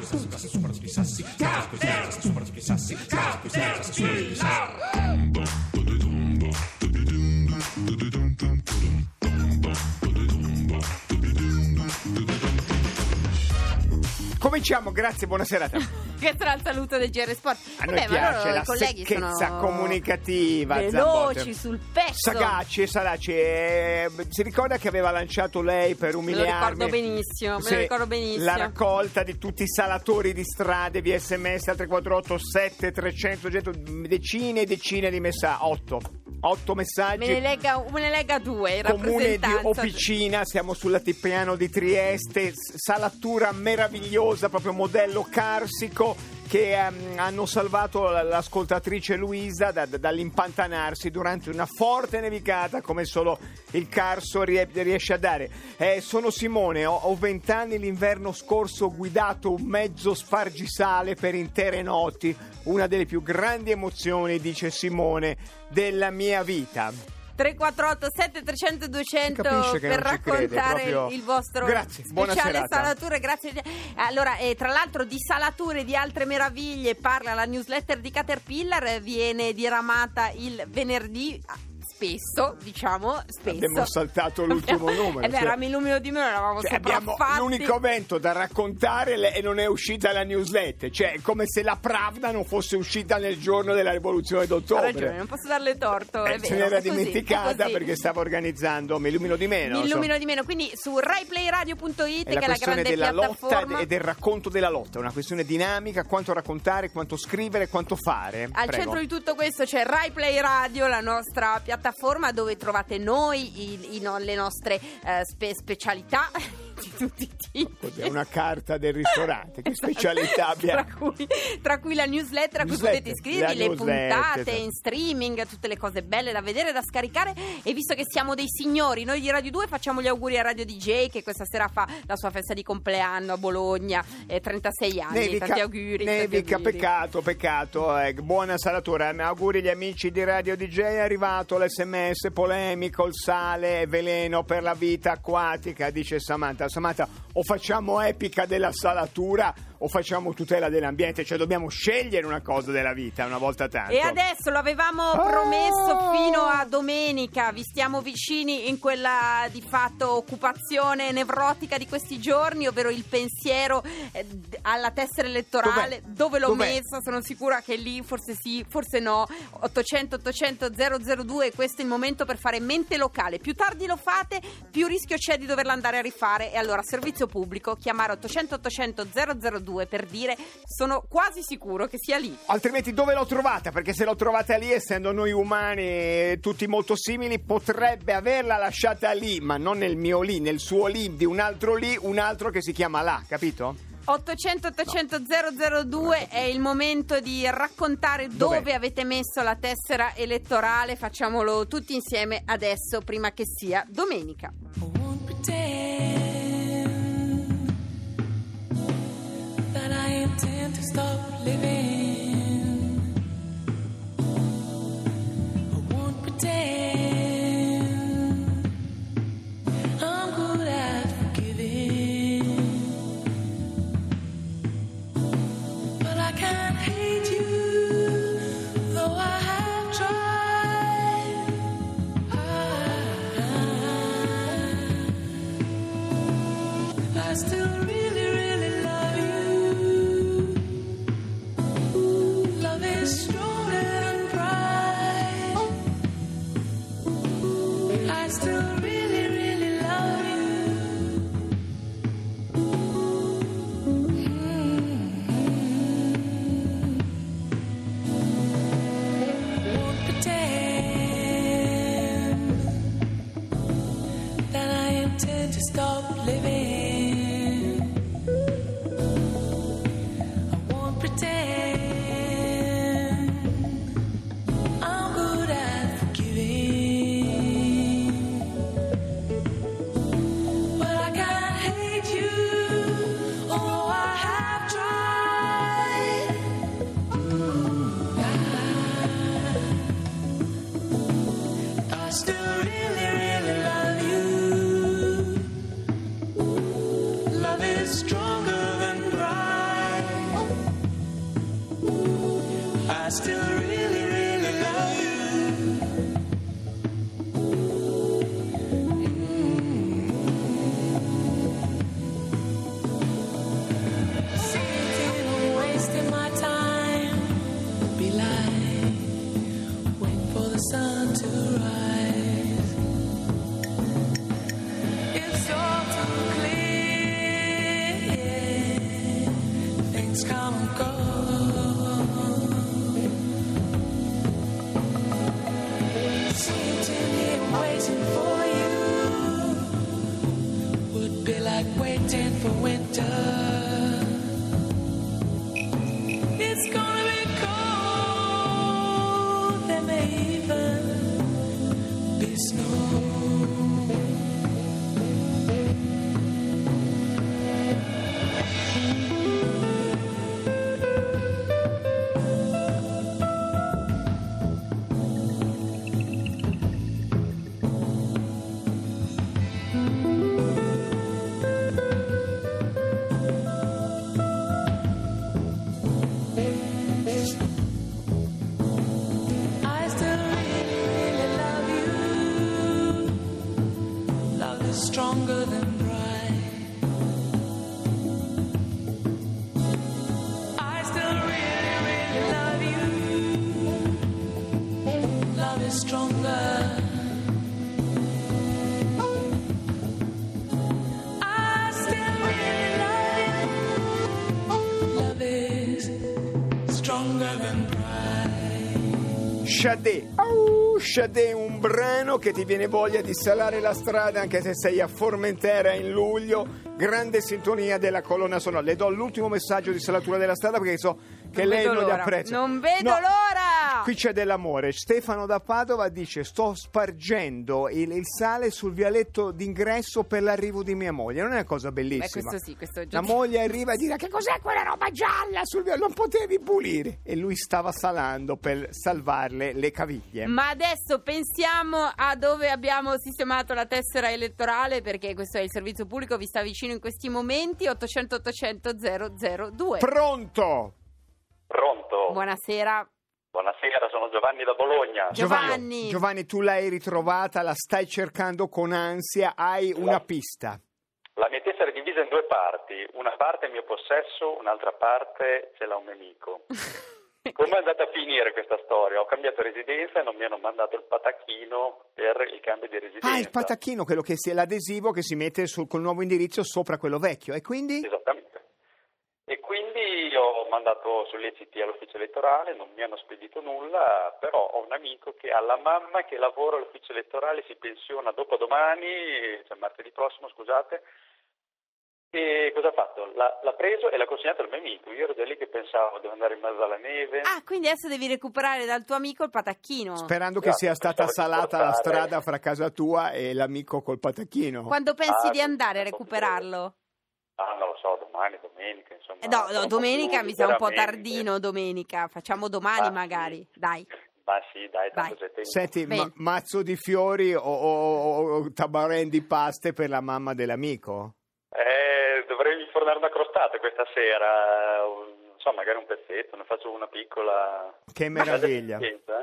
Cominciamo, grazie, buona serata. Questo era il saluto del GR Sport. A noi piace la secchezza comunicativa, veloci sul pezzo, sagaci e salaci. Si ricorda che aveva lanciato lei per umiliarmi? Me lo ricordo benissimo. La raccolta di tutti i salatori di strade via SMS al 348 7300 decine e decine di messaggi, 8 messaggi. Me ne lega 2 in Comune di rappresentanza. Officina, siamo sull'Altipiano di Trieste, salatura meravigliosa, proprio modello carsico, che hanno salvato l'ascoltatrice Luisa dall'impantanarsi durante una forte nevicata come solo il Carso riesce a dare. Sono Simone, ho 20 anni, l'inverno scorso ho guidato un mezzo spargisale per intere notti, una delle più grandi emozioni, dice Simone, della mia vita. 348 7300 200 per raccontare il vostro serata. speciale salature. Grazie. Allora, tra l'altro di salature e di altre meraviglie parla la newsletter di Caterpillar, viene diramata il venerdì. Spesso. Abbiamo saltato l'ultimo numero. Era Millumino di meno, eravamo abbiamo l'unico evento da raccontare e non è uscita la newsletter. Cioè, è come se la Pravda non fosse uscita nel giorno della rivoluzione d'ottobre. Ha ragione, non posso darle torto. Se n'era dimenticata perché stava organizzando Millumino di meno. Quindi su RaiPlayRadio.it, che è la grande della piattaforma. lotta e del racconto della lotta. È una questione dinamica: quanto raccontare, quanto scrivere, quanto fare. Al centro di tutto questo c'è RaiPlay Radio, la nostra piattaforma dove trovate noi le nostre specialità di tutti i tipi. È una carta del ristorante. Che specialità abbiamo? Tra cui la newsletter a cui potete iscrivervi, le puntate in streaming, tutte le cose belle da vedere, da scaricare. E visto che siamo dei signori, noi di Radio 2 facciamo gli auguri a Radio DJ, che questa sera fa la sua festa di compleanno a Bologna, 36 anni. Tanti auguri. Nevica, peccato. Buona salatura. Auguri agli amici di Radio DJ. È arrivato l'SMS polemico, il sale è veleno per la vita acquatica, dice Samantha, o facciamo epica della salatura o facciamo tutela dell'ambiente, cioè dobbiamo scegliere una cosa della vita una volta tanto. E adesso lo avevamo promesso fino a domenica, vi stiamo vicini in quella di fatto occupazione nevrotica di questi giorni, ovvero il pensiero alla tessera elettorale. Dove l'ho messa? Sono sicura che lì forse sì, forse no. 800 800 002, questo è il momento per fare mente locale. Più tardi lo fate, più rischio c'è di doverla andare a rifare. E allora, servizio pubblico, chiamare 800 800 002 per dire sono quasi sicuro che sia lì. Altrimenti dove l'ho trovata? Perché se l'ho trovata lì, essendo noi umani tutti molto simili, potrebbe averla lasciata lì, ma non nel mio lì, nel suo lì, di un altro lì, un altro che si chiama là, capito? 800 800 002 è il momento di raccontare dove avete messo la tessera elettorale. Facciamolo tutti insieme adesso, prima che sia domenica. That I intend to stop living. I won't pretend I'm good at forgiving, but I can't hate you, though I have tried. I still really, really love you. Love is stronger than pride. I still really, really love you. Won't pretend that I intend to stop living. Stronger than pride. still really, really love you. Sitting and wasting my time would be like waiting for the sun to rise. It's all too clear. Things come and go. Sitting here waiting for you would be like waiting for winter. It's gonna be cold. There may even be snow. I still really, really love you. Love is stronger than pride. I still really, really love you. Love is stronger. I still really love you. Love is stronger than pride. Sade, Sade, un brano che ti viene voglia di salare la strada anche se sei a Formentera in luglio. Grande sintonia della colonna sonora. Le do l'ultimo messaggio di salatura della strada perché so che Non lei vedo non li l'ora. apprezza. Non vedo No, l'ora! Qui c'è dell'amore. Stefano da Padova dice: sto spargendo il sale sul vialetto d'ingresso per l'arrivo di mia moglie. Non è una cosa bellissima? Questo sì, questo è La moglie arriva e dirà: che cos'è quella roba gialla sul vialetto? Non potevi pulire. E lui stava salando per salvarle le caviglie. Ma adesso pensiamo a dove abbiamo sistemato la tessera elettorale, perché questo è il servizio pubblico, vi sta vicino in questi momenti. 800 800 002. Pronto? Pronto? Buonasera. Buonasera, sono Giovanni da Bologna. Giovanni. Giovanni, tu l'hai ritrovata, la stai cercando con ansia, hai una pista. La mia tessera è divisa in due parti. Una parte è mio possesso, un'altra parte ce l'ha un mio amico. Come è andata a finire questa storia? Ho cambiato residenza e non mi hanno mandato il patacchino per il cambio di residenza. Ah, il patacchino, quello che sia l'adesivo che si mette col nuovo indirizzo sopra quello vecchio. E quindi? Esattamente. E quindi ho mandato solleciti all'ufficio elettorale, non mi hanno spedito nulla, però ho un amico che ha la mamma che lavora all'ufficio elettorale, si pensiona dopodomani, cioè martedì prossimo, scusate. E cosa ha fatto? L'ha preso e l'ha consegnato al mio amico. Io ero da lì che pensavo, devo andare in mezzo alla neve. Ah, quindi adesso devi recuperare dal tuo amico il patacchino. Sperando che sia stata salata la strada fra casa tua e l'amico col patacchino. Quando pensi di sì, andare a sì. recuperarlo? Non lo so, domani, domenica, insomma. No, sono domenica più mi sa un po' veramente. tardino, domenica. Facciamo domani Sì. magari, dai. Ma sì, dai, tanto Dai. c'è tempo. Senti, Bene. mazzo di fiori o tabarén di paste per la mamma dell'amico? Dovrei infornare una crostata questa sera, non so, magari un pezzetto, ne faccio una piccola. Che meraviglia.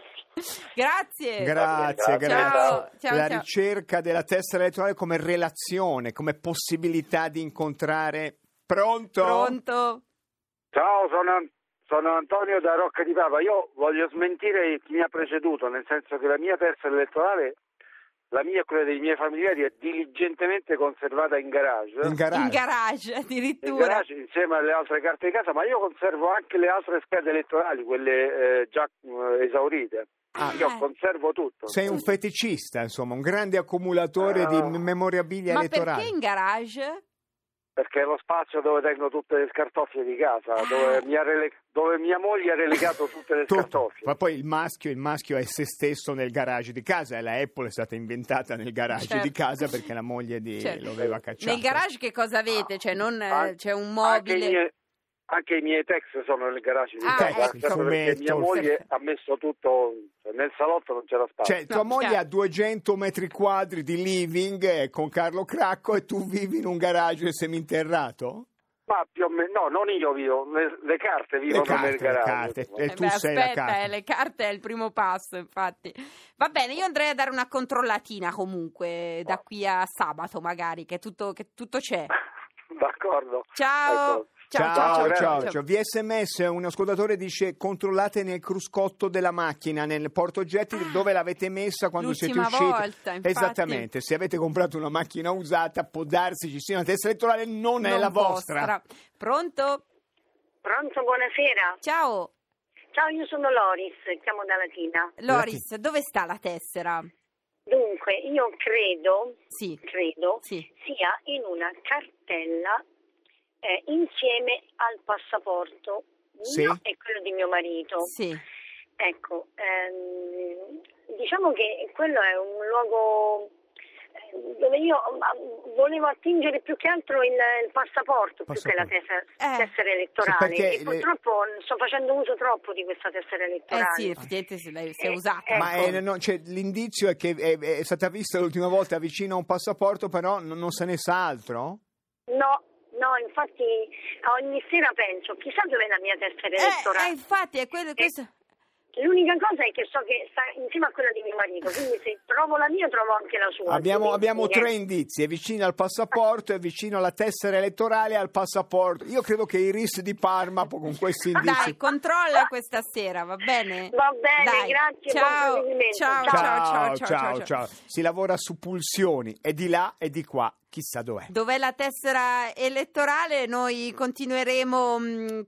Grazie. Grazie, Ciao. grazie. Ciao, La ciao. ricerca della tessera elettorale come relazione, come possibilità di incontrare. Pronto? Pronto? Ciao, sono Antonio da Rocca di Papa. Io voglio smentire chi mi ha preceduto, nel senso che la mia tessera elettorale, la mia e quella dei miei familiari, è diligentemente conservata in garage. In garage. In garage, In addirittura. garage insieme alle altre carte di casa, ma io conservo anche le altre schede elettorali, quelle già esaurite. Io conservo tutto. Sei un feticista, insomma, un grande accumulatore di memorabilia Ma elettorale. perché in garage? Perché è lo spazio dove tengo tutte le scartoffie di casa, dove mia moglie ha relegato tutte le Tutto. scartoffie. Ma poi il maschio è se stesso nel garage di casa e la Apple è stata inventata nel garage Certo. di casa perché la moglie Certo. lo aveva cacciato. Nel garage che cosa avete? Cioè non c'è un Anche mobile. Anche i miei text sono nel garage di Ah, casa, ecco. perché mia Fumetto. moglie ha messo tutto, cioè, nel salotto non c'era spazio. Cioè, tua No, moglie chiaro. ha 200 metri quadri di living con Carlo Cracco e tu vivi in un garage seminterrato? Ma più o meno, no, non io vivo, le carte vivono nel garage. E tu sei la aspetta, carta. le carte è il primo passo, infatti. Va bene, io andrei a dare una controllatina comunque da qui a sabato magari, che tutto c'è. D'accordo. Ciao. Ecco. Ciao. Via SMS un ascoltatore dice: controllate nel cruscotto della macchina, nel portaoggetti dove l'avete messa quando siete usciti. Volta, infatti. Esattamente, se avete comprato una macchina usata può darsi ci sia una tessera elettorale, non è la vostra. Pronto? Pronto, buonasera. Ciao. Ciao, io sono Loris, chiamo da Latina. Loris, dove sta la tessera? Dunque, io credo Sì. sia in una cartella insieme al passaporto mio e quello di mio marito. Sì. Ecco, diciamo che quello è un luogo dove io volevo attingere più che altro il passaporto più che la tessera elettorale, e purtroppo sto facendo uso troppo di questa tessera elettorale. Sì, effettivamente si è usata. Ma l'indizio è che è stata vista l'ultima volta vicino a un passaporto, però non se ne sa altro? No, infatti ogni sera penso, chissà dov'è la mia tessera elettorale. Infatti è quello. L'unica cosa è che so che sta insieme a quella di mio marito, quindi se trovo la mia trovo anche la sua. Abbiamo 3 indizi: è vicino al passaporto, è vicino alla tessera elettorale e al passaporto. Io credo che i RIS di Parma con questi indizi. Dai, controlla questa sera, va bene? Va bene, dai. grazie. Ciao. Si lavora su pulsioni, e di là e di qua. Chissà dov'è. Dov'è la tessera elettorale? Noi continueremo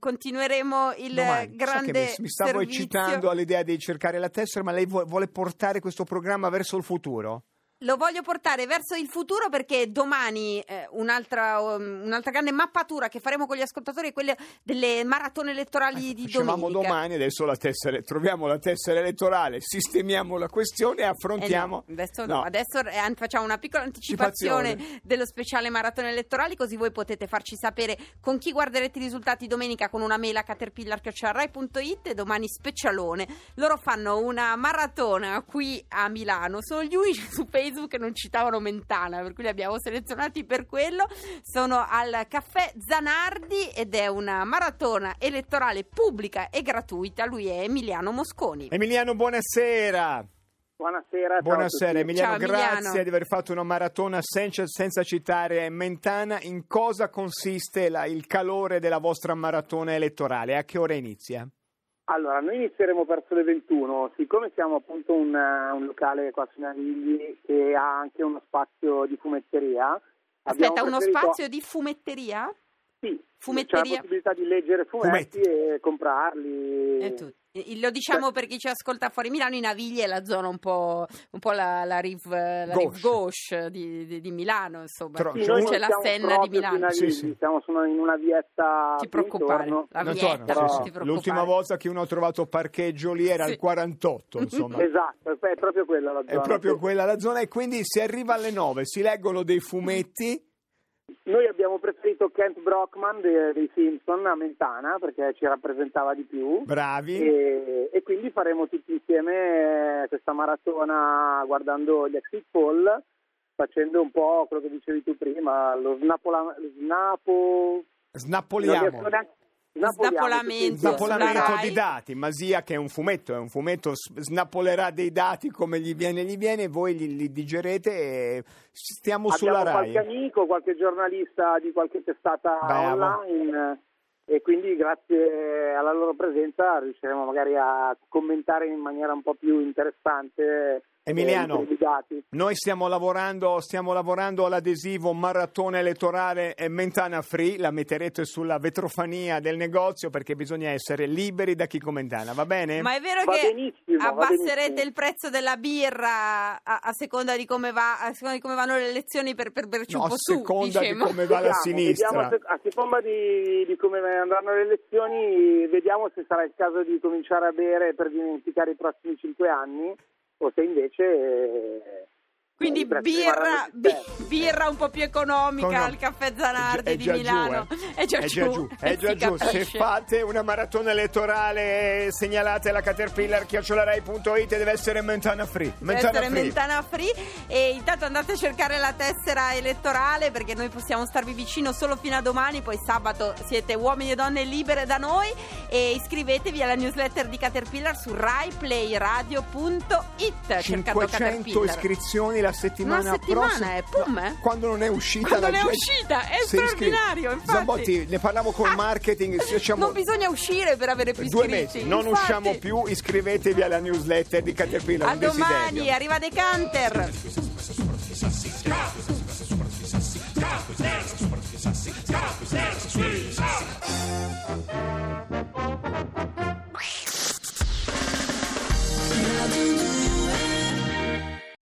il grande mi stavo servizio. eccitando all'idea di cercare la tessera, ma lei vuole portare questo programma verso il futuro? Lo voglio portare verso il futuro perché domani un'altra grande mappatura che faremo con gli ascoltatori è quella delle maratone elettorali di domenica. Domani, adesso troviamo la tessera elettorale, sistemiamo la questione e affrontiamo. Adesso facciamo una piccola anticipazione dello speciale maratone elettorali, così voi potete farci sapere con chi guarderete i risultati domenica con una mail a caterpillar@rai.it, e domani specialone. Loro fanno una maratona qui a Milano, sono gli unici su Facebook che non citavano Mentana, per cui li abbiamo selezionati per quello. Sono al Caffè Zanardi ed è una maratona elettorale pubblica e gratuita. Lui è Emiliano Mosconi. Emiliano, buonasera. Buonasera Emiliano, Ciao, grazie Emiliano. di aver fatto una maratona senza citare Mentana. In cosa consiste il calore della vostra maratona elettorale? A che ora inizia? Allora, noi inizieremo verso le 21, siccome siamo appunto un locale qua su Navigli che ha anche uno spazio di fumetteria. Aspetta, uno spazio di fumetteria? Sì, fumetteria. c'è la possibilità di leggere fumetti e comprarli. Lo diciamo per chi ci ascolta fuori Milano, in Navigli è la zona un po' la rive gauche di Milano, insomma. C'è la Senna di Milano. Sì. Siamo in una vietta. Ti preoccupare, la vietta. L'ultima volta che uno ha trovato parcheggio lì era il 48, insomma. Esatto, è proprio quella la zona. È proprio quella la zona, e quindi si arriva alle 9, si leggono dei fumetti. Noi abbiamo preferito Kent Brockman dei Simpson a Mentana perché ci rappresentava di più. Bravi. E quindi faremo tutti insieme questa maratona guardando gli exit poll, facendo un po' quello che dicevi tu prima, lo snappolamento di dati. Masia, che è un fumetto, snappolerà dei dati come gli viene, voi li digerete e stiamo sulla Rai. Qualche amico, qualche giornalista di qualche testata online, e quindi grazie alla loro presenza riusciremo magari a commentare in maniera un po' più interessante. Emiliano, noi stiamo lavorando all'adesivo maratona elettorale Mentana Free, la metterete sulla vetrofania del negozio perché bisogna essere liberi da chi come Mentana, va bene? Ma è vero che abbasserete il prezzo della birra a seconda di come vanno le elezioni per berci un po' su, a seconda di come va la sinistra. A seconda di come andranno le elezioni, vediamo se sarà il caso di cominciare a bere per dimenticare i prossimi 5 anni. O se invece quindi birra un po' più economica al Caffè Zanardi di Milano. È già giù. È già Si giù. Se capisce. fate una maratona elettorale, segnalate la Caterpillar@rai.it, deve essere Mentana free. Deve essere Mentana free. E intanto andate a cercare la tessera elettorale, perché noi possiamo starvi vicino solo fino a domani. Poi sabato siete uomini e donne libere da noi. E iscrivetevi alla newsletter di Caterpillar su raiplayradio.it. 500 iscrizioni la settimana Una settimana, prossima. pum. Quando non è uscita Quando la non è gente uscita, è si iscrive. straordinario, infatti. Zambotti, ne parlavo col marketing, diciamo, Non bisogna uscire per avere più 2 iscritti. mesi, non Infatti. usciamo più, iscrivetevi alla newsletter di Caterpillar. A un desiderio. domani, arriva Decanter. Squeeze